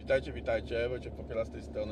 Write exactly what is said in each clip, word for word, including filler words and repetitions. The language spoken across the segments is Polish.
Witajcie, witajcie, Wojciech Popiela z tej strony.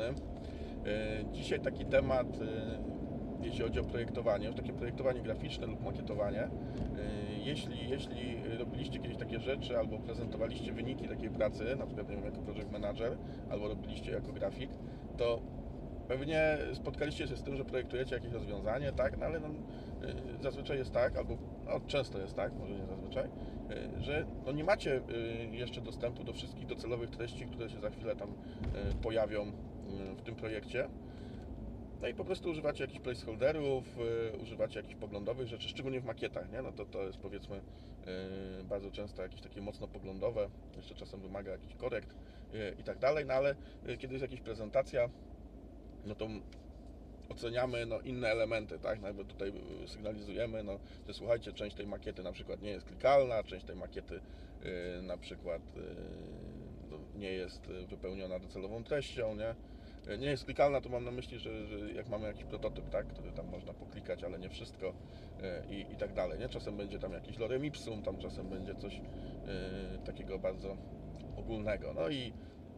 Dzisiaj taki temat, jeśli chodzi o projektowanie, już takie projektowanie graficzne lub makietowanie. Jeśli, jeśli robiliście kiedyś takie rzeczy, albo prezentowaliście wyniki takiej pracy, na przykład nie wiem, jako project manager, albo robiliście jako grafik, to pewnie spotkaliście się z tym, że projektujecie jakieś rozwiązanie, tak, no ale no, zazwyczaj jest tak, albo no, często jest tak, może nie zazwyczaj, że no, nie macie jeszcze dostępu do wszystkich docelowych treści, które się za chwilę tam pojawią w tym projekcie. No i po prostu używacie jakichś placeholderów, używacie jakichś poglądowych rzeczy, szczególnie w makietach, nie? No to, to jest powiedzmy bardzo często jakieś takie mocno poglądowe, jeszcze czasem wymaga jakichś korekt i tak dalej, no ale kiedy jest jakaś prezentacja, no to oceniamy no, inne elementy, tak? No, jakby tutaj sygnalizujemy, no, że słuchajcie, część tej makiety na przykład nie jest klikalna, część tej makiety yy, na przykład yy, no, nie jest wypełniona docelową treścią, nie? Nie jest klikalna, to mam na myśli, że, że jak mamy jakiś prototyp, tak, który tam można poklikać, ale nie wszystko yy, i, i tak dalej, nie? Czasem będzie tam jakiś lorem ipsum, tam czasem będzie coś yy, takiego bardzo ogólnego, no i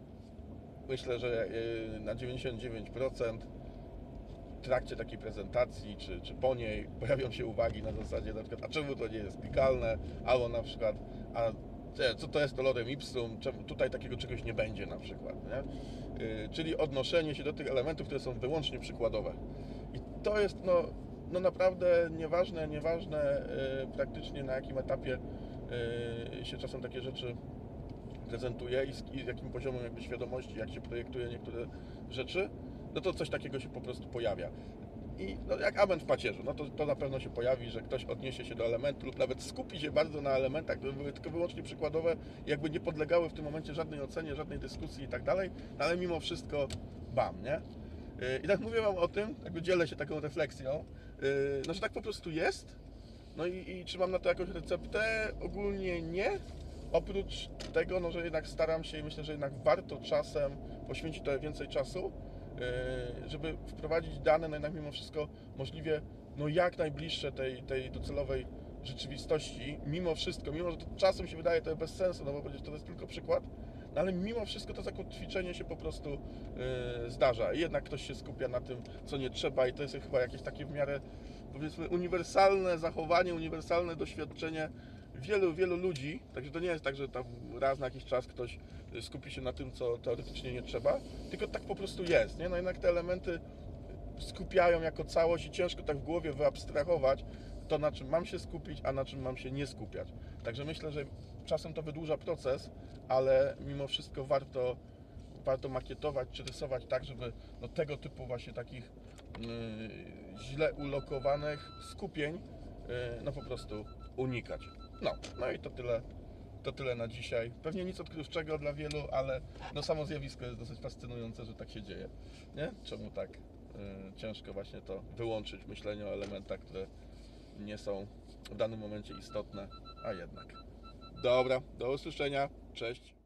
myślę, że yy, na dziewięćdziesiąt dziewięć procent w trakcie takiej prezentacji, czy, czy po niej pojawią się uwagi na zasadzie na przykład, a czemu to nie jest klikalne, albo na przykład, a co to jest to lorem ipsum, czemu tutaj takiego czegoś nie będzie na przykład, nie? Yy, czyli odnoszenie się do tych elementów, które są wyłącznie przykładowe. I to jest no, no naprawdę nieważne, nieważne yy, praktycznie na jakim etapie yy, się czasem takie rzeczy prezentuje i z, i z jakim poziomem jakby świadomości, jak się projektuje niektóre rzeczy, no to coś takiego się po prostu pojawia. I no, jak amen w pacierzu, no to, to na pewno się pojawi, że ktoś odniesie się do elementu lub nawet skupi się bardzo na elementach, które były tylko wyłącznie przykładowe, jakby nie podlegały w tym momencie żadnej ocenie, żadnej dyskusji i tak dalej, no, ale mimo wszystko bam, nie? I tak mówię Wam o tym, jakby dzielę się taką refleksją, no że tak po prostu jest, no i, i czy mam na to jakąś receptę? Ogólnie nie. Oprócz tego, no, że jednak staram się i myślę, że jednak warto czasem poświęcić trochę więcej czasu, żeby wprowadzić dane, no jednak mimo wszystko możliwie no jak najbliższe tej, tej docelowej rzeczywistości, mimo wszystko, mimo że to czasem się wydaje to bez sensu, no bo przecież to jest tylko przykład, no ale mimo wszystko to zakotwiczenie się po prostu yy, zdarza i jednak ktoś się skupia na tym, co nie trzeba i to jest chyba jakieś takie w miarę, powiedzmy, uniwersalne zachowanie, uniwersalne doświadczenie wielu, wielu ludzi, także to nie jest tak, że tam raz na jakiś czas ktoś skupi się na tym, co teoretycznie nie trzeba, tylko tak po prostu jest, nie? No jednak te elementy skupiają jako całość i ciężko tak w głowie wyabstrahować to, na czym mam się skupić, a na czym mam się nie skupiać. Także myślę, że czasem to wydłuża proces, ale mimo wszystko warto, warto makietować czy rysować tak, żeby no, tego typu właśnie takich yy, źle ulokowanych skupień yy, no po prostu unikać. No, no i to tyle. To tyle na dzisiaj. Pewnie nic odkrywczego dla wielu, ale no samo zjawisko jest dosyć fascynujące, że tak się dzieje. Nie? Czemu tak y, ciężko właśnie to wyłączyć, myślenie o elementach, które nie są w danym momencie istotne, a jednak. Dobra, do usłyszenia. Cześć.